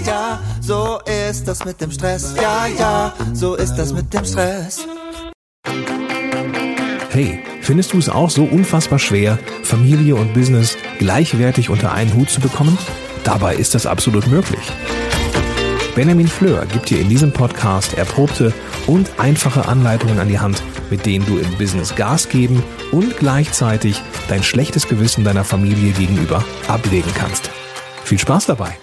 ja, so ist das mit dem Stress. Ja, ja, so ist das mit dem Stress. Hey, findest du es auch so unfassbar schwer, Familie und Business gleichwertig unter einen Hut zu bekommen? Dabei ist das absolut möglich. Benjamin Fleur gibt dir in diesem Podcast erprobte und einfache Anleitungen an die Hand, mit denen du im Business Gas geben und gleichzeitig dein schlechtes Gewissen deiner Familie gegenüber ablegen kannst. Viel Spaß dabei!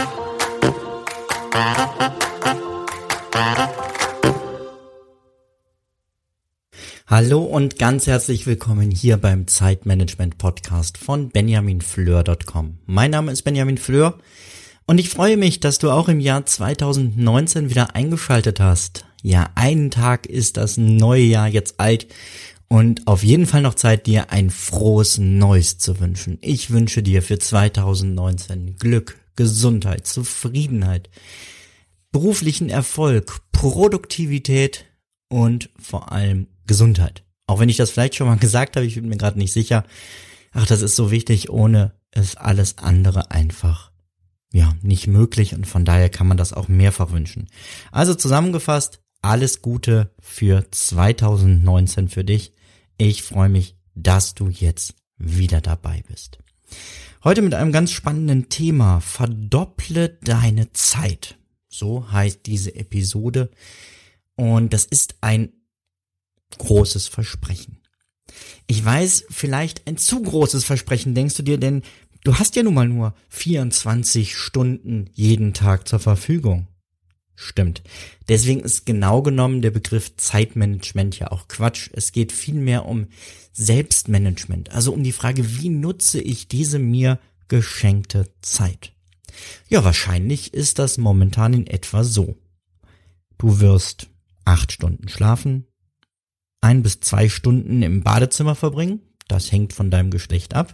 Hallo und ganz herzlich willkommen hier beim Zeitmanagement-Podcast von benjaminfleur.com. Mein Name ist Benjamin Fleur und ich freue mich, dass du auch im Jahr 2019 wieder eingeschaltet hast. Ja, einen Tag ist das neue Jahr jetzt alt und auf jeden Fall noch Zeit, dir ein frohes Neues zu wünschen. Ich wünsche dir für 2019 Glück, Gesundheit, Zufriedenheit, beruflichen Erfolg, Produktivität und vor allem Gesundheit. Auch wenn ich das vielleicht schon mal gesagt habe, ich bin mir gerade nicht sicher. Ach, das ist so wichtig, ohne ist alles andere einfach, nicht möglich und von daher kann man das auch mehrfach wünschen. Also zusammengefasst, alles Gute für 2019 für dich. Ich freue mich, dass du jetzt wieder dabei bist. Heute mit einem ganz spannenden Thema. Verdopple deine Zeit. So heißt diese Episode. Und das ist ein großes Versprechen. Ich weiß, vielleicht ein zu großes Versprechen, denkst du dir, denn du hast ja nun mal nur 24 Stunden jeden Tag zur Verfügung. Stimmt. Deswegen ist genau genommen der Begriff Zeitmanagement ja auch Quatsch. Es geht vielmehr um Selbstmanagement, also um die Frage, wie nutze ich diese mir geschenkte Zeit? Ja, wahrscheinlich ist das momentan in etwa so. Du wirst 8 Stunden schlafen, 1 bis 2 Stunden im Badezimmer verbringen, das hängt von deinem Geschlecht ab,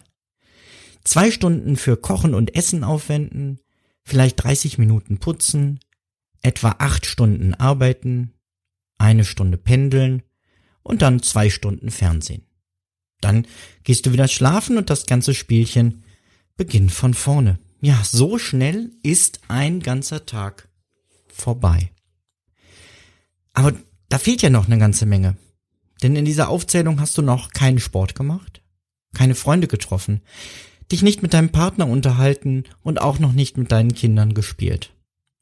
2 Stunden für Kochen und Essen aufwenden, vielleicht 30 Minuten putzen, etwa 8 Stunden arbeiten, 1 Stunde pendeln und dann 2 Stunden Fernsehen. Dann gehst du wieder schlafen und das ganze Spielchen beginnt von vorne. Ja, so schnell ist ein ganzer Tag vorbei. Aber da fehlt ja noch eine ganze Menge. Denn in dieser Aufzählung hast du noch keinen Sport gemacht, keine Freunde getroffen, dich nicht mit deinem Partner unterhalten und auch noch nicht mit deinen Kindern gespielt.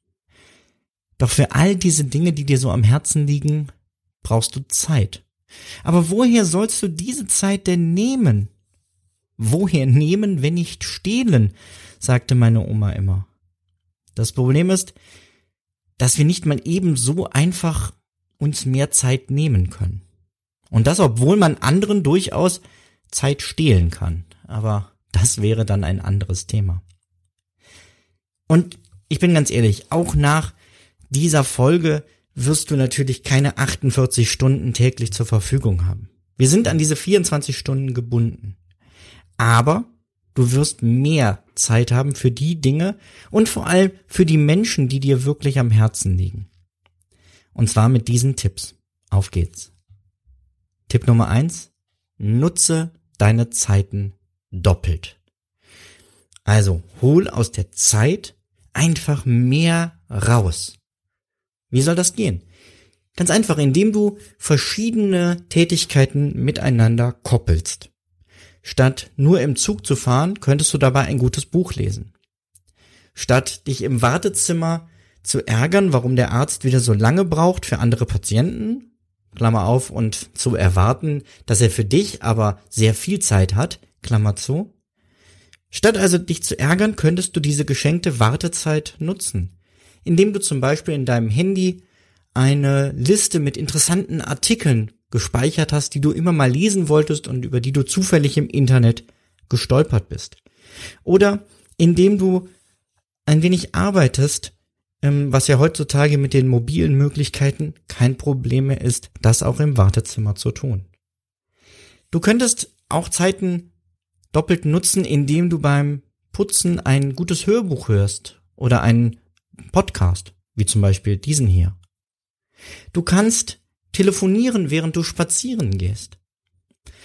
Doch für all diese Dinge, die dir so am Herzen liegen, brauchst du Zeit. Aber woher sollst du diese Zeit denn nehmen? Woher nehmen, wenn nicht stehlen, sagte meine Oma immer. Das Problem ist, dass wir nicht mal eben so einfach uns mehr Zeit nehmen können. Und das, obwohl man anderen durchaus Zeit stehlen kann. Aber das wäre dann ein anderes Thema. Und ich bin ganz ehrlich, auch nach dieser Folge wirst du natürlich keine 48 Stunden täglich zur Verfügung haben. Wir sind an diese 24 Stunden gebunden. Aber du wirst mehr Zeit haben für die Dinge und vor allem für die Menschen, die dir wirklich am Herzen liegen. Und zwar mit diesen Tipps. Auf geht's. Tipp Nummer 1. Nutze deine Zeiten doppelt. Also, hol aus der Zeit einfach mehr raus. Wie soll das gehen? Ganz einfach, indem du verschiedene Tätigkeiten miteinander koppelst. Statt nur im Zug zu fahren, könntest du dabei ein gutes Buch lesen. Statt dich im Wartezimmer zu ärgern, warum der Arzt wieder so lange braucht für andere Patienten, Klammer auf, und zu erwarten, dass er für dich aber sehr viel Zeit hat, Klammer zu. Statt also dich zu ärgern, könntest du diese geschenkte Wartezeit nutzen, indem du zum Beispiel in deinem Handy eine Liste mit interessanten Artikeln gespeichert hast, die du immer mal lesen wolltest und über die du zufällig im Internet gestolpert bist. Oder indem du ein wenig arbeitest, was ja heutzutage mit den mobilen Möglichkeiten kein Problem mehr ist, das auch im Wartezimmer zu tun. Du könntest auch Zeiten doppelt nutzen, indem du beim Putzen ein gutes Hörbuch hörst oder einen Podcast, wie zum Beispiel diesen hier. Du kannst telefonieren, während du spazieren gehst.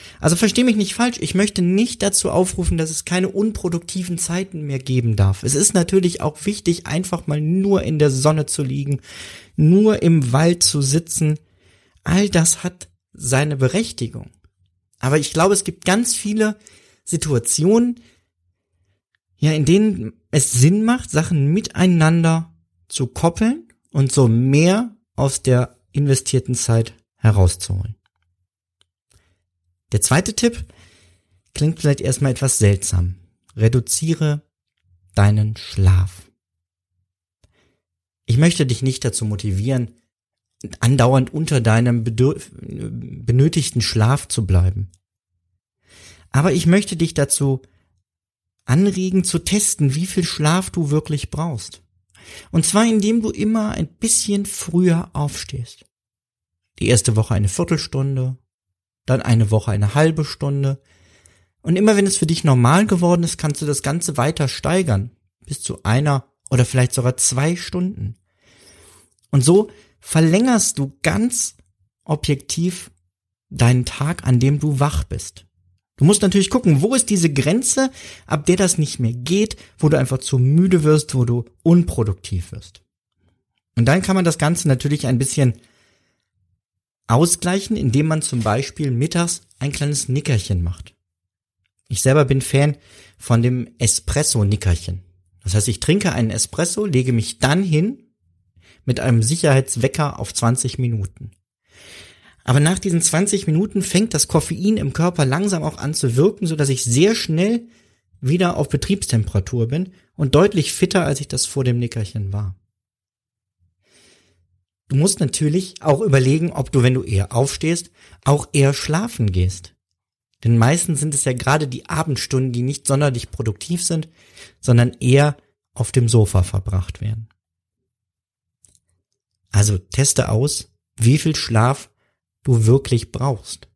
Also versteh mich nicht falsch, ich möchte nicht dazu aufrufen, dass es keine unproduktiven Zeiten mehr geben darf. Es ist natürlich auch wichtig, einfach mal nur in der Sonne zu liegen, nur im Wald zu sitzen. All das hat seine Berechtigung. Aber ich glaube, es gibt ganz viele Situationen, ja, in denen es Sinn macht, Sachen miteinander zu koppeln und so mehr aus der investierten Zeit herauszuholen. Der zweite Tipp klingt vielleicht erstmal etwas seltsam. Reduziere deinen Schlaf. Ich möchte dich nicht dazu motivieren, andauernd unter deinem benötigten Schlaf zu bleiben. Aber ich möchte dich dazu anregen, zu testen, wie viel Schlaf du wirklich brauchst. Und zwar, indem du immer ein bisschen früher aufstehst. Die erste Woche eine Viertelstunde, dann eine Woche eine halbe Stunde. Und immer wenn es für dich normal geworden ist, kannst du das Ganze weiter steigern. Bis zu 1 oder vielleicht sogar 2 Stunden. Und so verlängerst du ganz objektiv deinen Tag, an dem du wach bist. Du musst natürlich gucken, wo ist diese Grenze, ab der das nicht mehr geht, wo du einfach zu müde wirst, wo du unproduktiv wirst. Und dann kann man das Ganze natürlich ein bisschen ausgleichen, indem man zum Beispiel mittags ein kleines Nickerchen macht. Ich selber bin Fan von dem Espresso-Nickerchen. Das heißt, ich trinke einen Espresso, lege mich dann hin mit einem Sicherheitswecker auf 20 Minuten. Aber nach diesen 20 Minuten fängt das Koffein im Körper langsam auch an zu wirken, sodass ich sehr schnell wieder auf Betriebstemperatur bin und deutlich fitter, als ich das vor dem Nickerchen war. Du musst natürlich auch überlegen, ob du, wenn du eher aufstehst, auch eher schlafen gehst. Denn meistens sind es ja gerade die Abendstunden, die nicht sonderlich produktiv sind, sondern eher auf dem Sofa verbracht werden. Also teste aus, wie viel Schlaf du wirklich brauchst.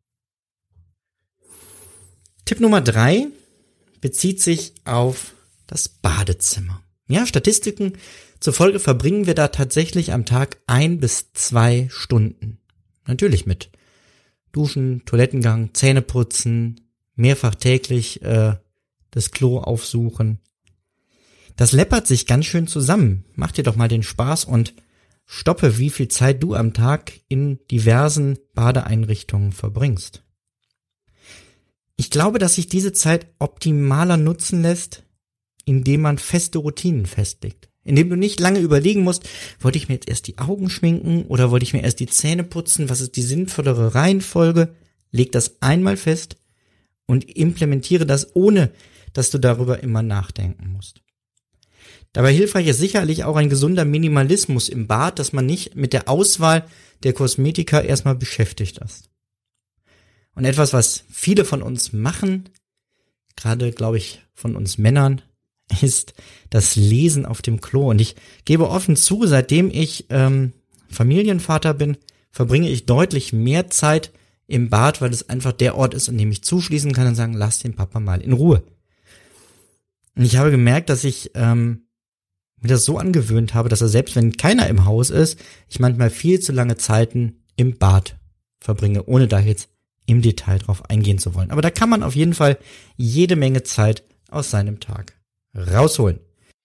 Tipp Nummer 3 bezieht sich auf das Badezimmer. Ja, Statistiken zufolge verbringen wir da tatsächlich am Tag 1 bis 2 Stunden. Natürlich mit Duschen, Toilettengang, Zähneputzen, mehrfach täglich das Klo aufsuchen. Das läppert sich ganz schön zusammen. Mach dir doch mal den Spaß und stoppe, wie viel Zeit du am Tag in diversen Badeeinrichtungen verbringst. Ich glaube, dass sich diese Zeit optimaler nutzen lässt, indem man feste Routinen festlegt. Indem du nicht lange überlegen musst, wollte ich mir jetzt erst die Augen schminken oder wollte ich mir erst die Zähne putzen, was ist die sinnvollere Reihenfolge? Leg das einmal fest und implementiere das, ohne dass du darüber immer nachdenken musst. Dabei hilfreich ist sicherlich auch ein gesunder Minimalismus im Bad, dass man nicht mit der Auswahl der Kosmetika erstmal beschäftigt ist. Und etwas, was viele von uns machen, gerade glaube ich von uns Männern, ist das Lesen auf dem Klo. Und ich gebe offen zu, seitdem ich Familienvater bin, verbringe ich deutlich mehr Zeit im Bad, weil es einfach der Ort ist, an dem ich zuschließen kann und sagen, lass den Papa mal in Ruhe. Und ich habe gemerkt, dass ich mir das so angewöhnt habe, dass selbst wenn keiner im Haus ist, ich manchmal viel zu lange Zeiten im Bad verbringe, ohne da jetzt im Detail drauf eingehen zu wollen. Aber da kann man auf jeden Fall jede Menge Zeit aus seinem Tag rausholen.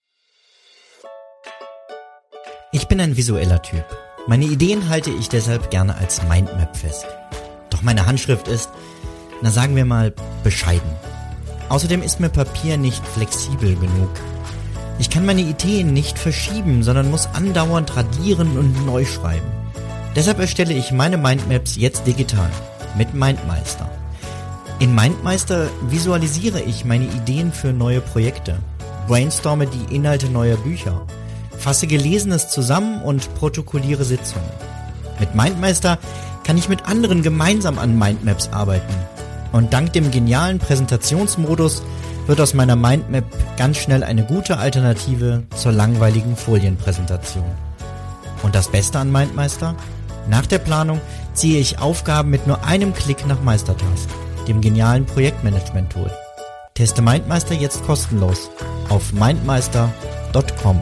Ich bin ein visueller Typ. Meine Ideen halte ich deshalb gerne als Mindmap fest. Doch meine Handschrift ist, na sagen wir mal, bescheiden. Außerdem ist mir Papier nicht flexibel genug. Ich kann meine Ideen nicht verschieben, sondern muss andauernd radieren und neu schreiben. Deshalb erstelle ich meine Mindmaps jetzt digital mit MindMeister. In MindMeister visualisiere ich meine Ideen für neue Projekte, brainstorme die Inhalte neuer Bücher, fasse Gelesenes zusammen und protokolliere Sitzungen. Mit MindMeister kann ich mit anderen gemeinsam an Mindmaps arbeiten. Und dank dem genialen Präsentationsmodus wird aus meiner Mindmap ganz schnell eine gute Alternative zur langweiligen Folienpräsentation. Und das Beste an MindMeister? Nach der Planung ziehe ich Aufgaben mit nur einem Klick nach Meistertask, dem genialen Projektmanagement-Tool. Teste MindMeister jetzt kostenlos auf mindmeister.com.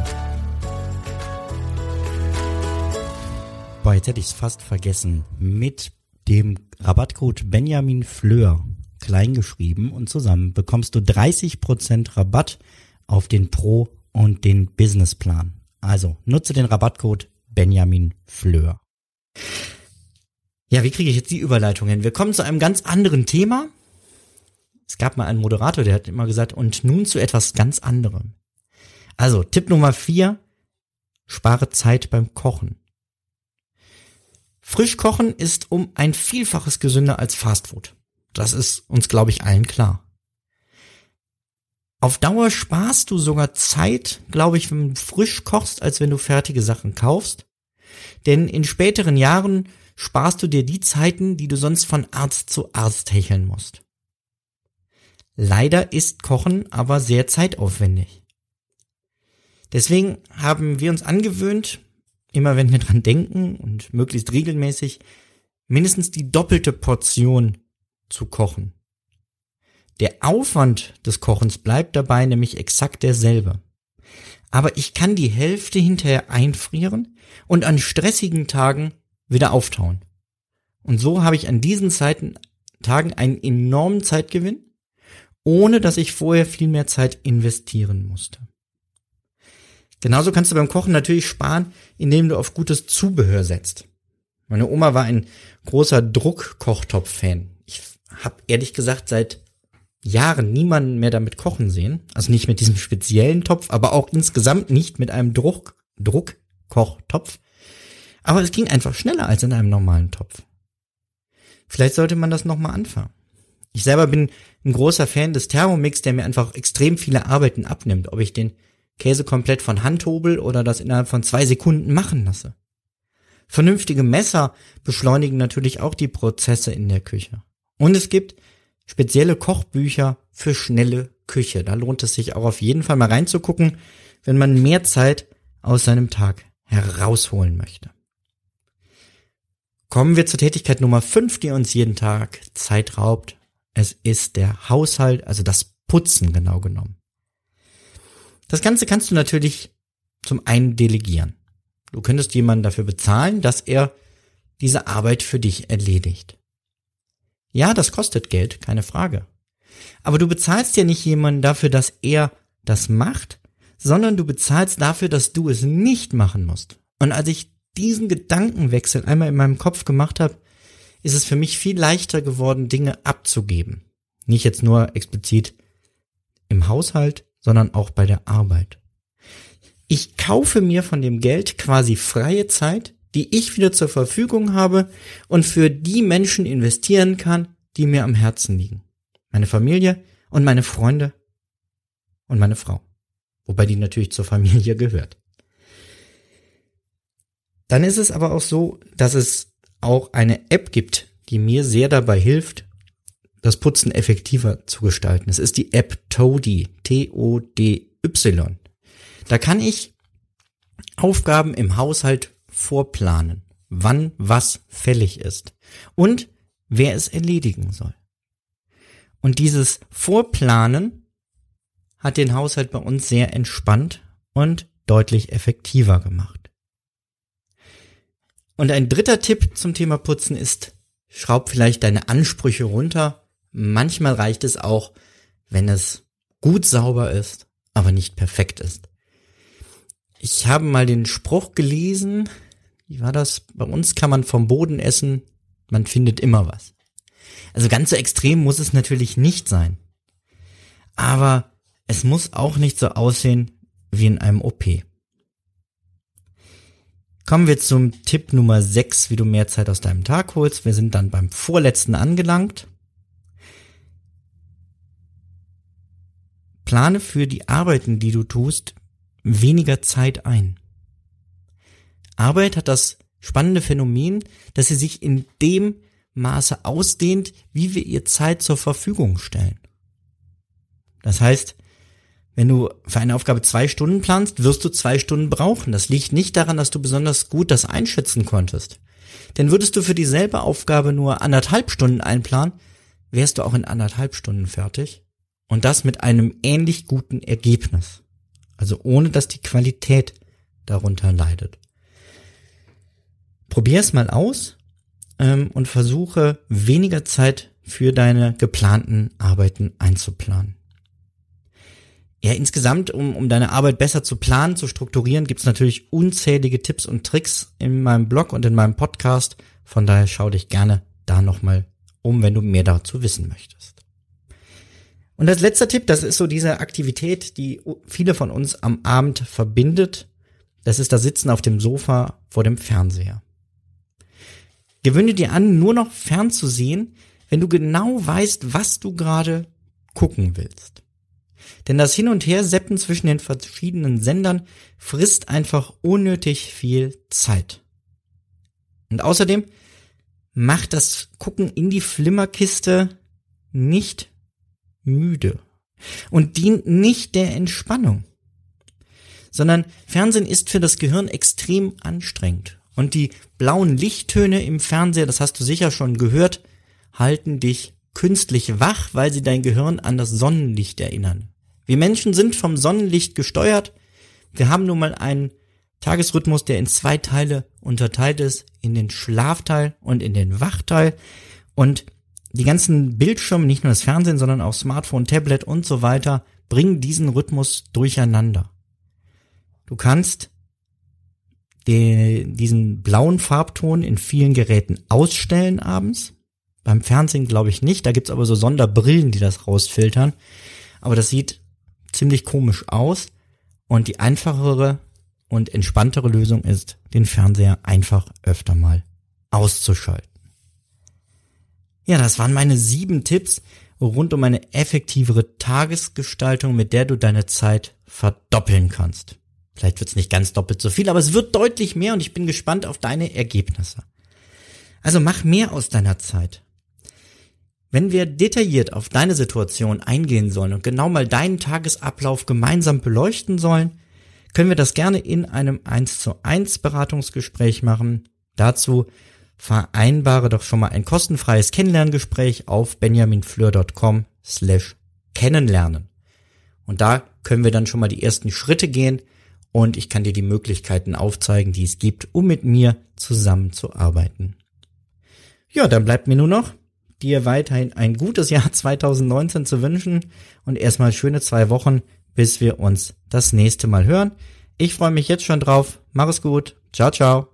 Boah, jetzt hätte ich es fast vergessen. Mit dem Rabattcode Benjamin Fleur klein geschrieben und zusammen bekommst du 30% Rabatt auf den Pro- und den Businessplan. Also nutze den Rabattcode Benjamin Fleur. Ja, wie kriege ich jetzt die Überleitung hin? Wir kommen zu einem ganz anderen Thema. Es gab mal einen Moderator, der hat immer gesagt, und nun zu etwas ganz anderem. Also, Tipp Nummer 4, spare Zeit beim Kochen. Frischkochen ist um ein Vielfaches gesünder als Fastfood. Das ist uns, glaube ich, allen klar. Auf Dauer sparst du sogar Zeit, glaube ich, wenn du frisch kochst, als wenn du fertige Sachen kaufst. Denn in späteren Jahren sparst du dir die Zeiten, die du sonst von Arzt zu Arzt hecheln musst. Leider ist Kochen aber sehr zeitaufwendig. Deswegen haben wir uns angewöhnt, immer wenn wir dran denken und möglichst regelmäßig, mindestens die doppelte Portion zu kochen. Der Aufwand des Kochens bleibt dabei nämlich exakt derselbe. Aber ich kann die Hälfte hinterher einfrieren und an stressigen Tagen wieder auftauen. Und so habe ich an diesen Tagen einen enormen Zeitgewinn, ohne dass ich vorher viel mehr Zeit investieren musste. Genauso kannst du beim Kochen natürlich sparen, indem du auf gutes Zubehör setzt. Meine Oma war ein großer Druckkochtopf-Fan. Ich habe ehrlich gesagt seit Jahren niemanden mehr damit kochen sehen. Also nicht mit diesem speziellen Topf, aber auch insgesamt nicht mit einem Druckkochtopf. Aber es ging einfach schneller als in einem normalen Topf. Vielleicht sollte man das nochmal anfangen. Ich selber bin ein großer Fan des Thermomix, der mir einfach extrem viele Arbeiten abnimmt, ob ich den Käse komplett von Hand hobel oder das innerhalb von 2 Sekunden machen lasse. Vernünftige Messer beschleunigen natürlich auch die Prozesse in der Küche. Und es gibt spezielle Kochbücher für schnelle Küche. Da lohnt es sich auch auf jeden Fall mal reinzugucken, wenn man mehr Zeit aus seinem Tag herausholen möchte. Kommen wir zur Tätigkeit Nummer 5, die uns jeden Tag Zeit raubt. Es ist der Haushalt, also das Putzen genau genommen. Das Ganze kannst du natürlich zum einen delegieren. Du könntest jemanden dafür bezahlen, dass er diese Arbeit für dich erledigt. Ja, das kostet Geld, keine Frage. Aber du bezahlst ja nicht jemanden dafür, dass er das macht, sondern du bezahlst dafür, dass du es nicht machen musst. Und als ich diesen Gedankenwechsel einmal in meinem Kopf gemacht habe, ist es für mich viel leichter geworden, Dinge abzugeben. Nicht jetzt nur explizit im Haushalt, sondern auch bei der Arbeit. Ich kaufe mir von dem Geld quasi freie Zeit, die ich wieder zur Verfügung habe und für die Menschen investieren kann, die mir am Herzen liegen. Meine Familie und meine Freunde und meine Frau. Wobei die natürlich zur Familie gehört. Dann ist es aber auch so, dass es auch eine App gibt, die mir sehr dabei hilft, das Putzen effektiver zu gestalten. Es ist die App Tody, T-O-D-Y. Da kann ich Aufgaben im Haushalt vorplanen, wann was fällig ist und wer es erledigen soll. Und dieses Vorplanen hat den Haushalt bei uns sehr entspannt und deutlich effektiver gemacht. Und ein dritter Tipp zum Thema Putzen ist, schraub vielleicht deine Ansprüche runter. Manchmal reicht es auch, wenn es gut sauber ist, aber nicht perfekt ist. Ich habe mal den Spruch gelesen, wie war das? Bei uns kann man vom Boden essen, man findet immer was. Also ganz so extrem muss es natürlich nicht sein. Aber es muss auch nicht so aussehen wie in einem OP. Kommen wir zum Tipp Nummer 6, wie du mehr Zeit aus deinem Tag holst. Wir sind dann beim vorletzten angelangt. Plane für die Arbeiten, die du tust, weniger Zeit ein. Arbeit hat das spannende Phänomen, dass sie sich in dem Maße ausdehnt, wie wir ihr Zeit zur Verfügung stellen. Das heißt, wenn du für eine Aufgabe 2 Stunden planst, wirst du 2 Stunden brauchen. Das liegt nicht daran, dass du besonders gut das einschätzen konntest. Denn würdest du für dieselbe Aufgabe nur 1,5 Stunden einplanen, wärst du auch in 1,5 Stunden fertig. Und das mit einem ähnlich guten Ergebnis. Also ohne, dass die Qualität darunter leidet. Probier es mal aus und versuche weniger Zeit für deine geplanten Arbeiten einzuplanen. Ja, insgesamt, um deine Arbeit besser zu planen, zu strukturieren, gibt's natürlich unzählige Tipps und Tricks in meinem Blog und in meinem Podcast. Von daher schau dich gerne da nochmal um, wenn du mehr dazu wissen möchtest. Und als letzter Tipp, das ist so diese Aktivität, die viele von uns am Abend verbindet. Das ist das Sitzen auf dem Sofa vor dem Fernseher. Gewöhne dir an, nur noch fernzusehen, wenn du genau weißt, was du gerade gucken willst. Denn das Hin- und Herseppen zwischen den verschiedenen Sendern frisst einfach unnötig viel Zeit. Und außerdem macht das Gucken in die Flimmerkiste nicht müde und dient nicht der Entspannung, sondern Fernsehen ist für das Gehirn extrem anstrengend. Und die blauen Lichttöne im Fernseher, das hast du sicher schon gehört, halten dich künstlich wach, weil sie dein Gehirn an das Sonnenlicht erinnern. Wir Menschen sind vom Sonnenlicht gesteuert. Wir haben nun mal einen Tagesrhythmus, der in 2 Teile unterteilt ist, in den Schlafteil und in den Wachteil. Und die ganzen Bildschirme, nicht nur das Fernsehen, sondern auch Smartphone, Tablet und so weiter, bringen diesen Rhythmus durcheinander. Du kannst diesen blauen Farbton in vielen Geräten ausstellen abends. Beim Fernsehen glaube ich nicht, da gibt's aber so Sonderbrillen, die das rausfiltern. Aber das sieht ziemlich komisch aus und die einfachere und entspanntere Lösung ist, den Fernseher einfach öfter mal auszuschalten. Ja, das waren meine 7 Tipps rund um eine effektivere Tagesgestaltung, mit der du deine Zeit verdoppeln kannst. Vielleicht wird's nicht ganz doppelt so viel, aber es wird deutlich mehr und ich bin gespannt auf deine Ergebnisse. Also mach mehr aus deiner Zeit. Wenn wir detailliert auf deine Situation eingehen sollen und genau mal deinen Tagesablauf gemeinsam beleuchten sollen, können wir das gerne in einem 1:1 Beratungsgespräch machen. Dazu vereinbare doch schon mal ein kostenfreies Kennenlerngespräch auf benjaminfleur.com/kennenlernen. Und da können wir dann schon mal die ersten Schritte gehen und ich kann dir die Möglichkeiten aufzeigen, die es gibt, um mit mir zusammenzuarbeiten. Ja, dann bleibt mir nur noch, dir weiterhin ein gutes Jahr 2019 zu wünschen und erstmal schöne 2 Wochen, bis wir uns das nächste Mal hören. Ich freue mich jetzt schon drauf. Mach es gut. Ciao, ciao.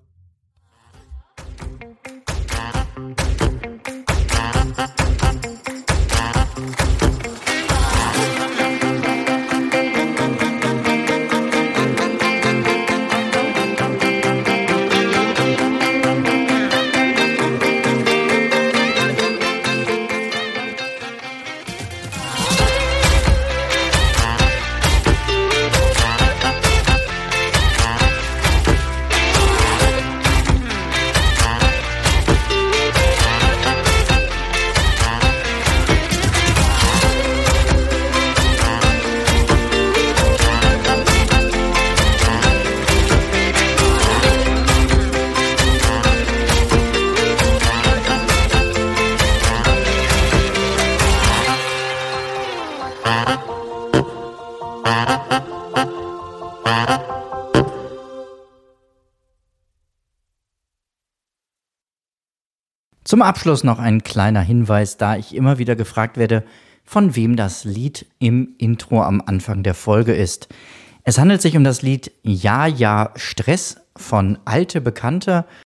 Zum Abschluss noch ein kleiner Hinweis, da ich immer wieder gefragt werde, von wem das Lied im Intro am Anfang der Folge ist. Es handelt sich um das Lied Ja, ja, Stress von Alte Bekannte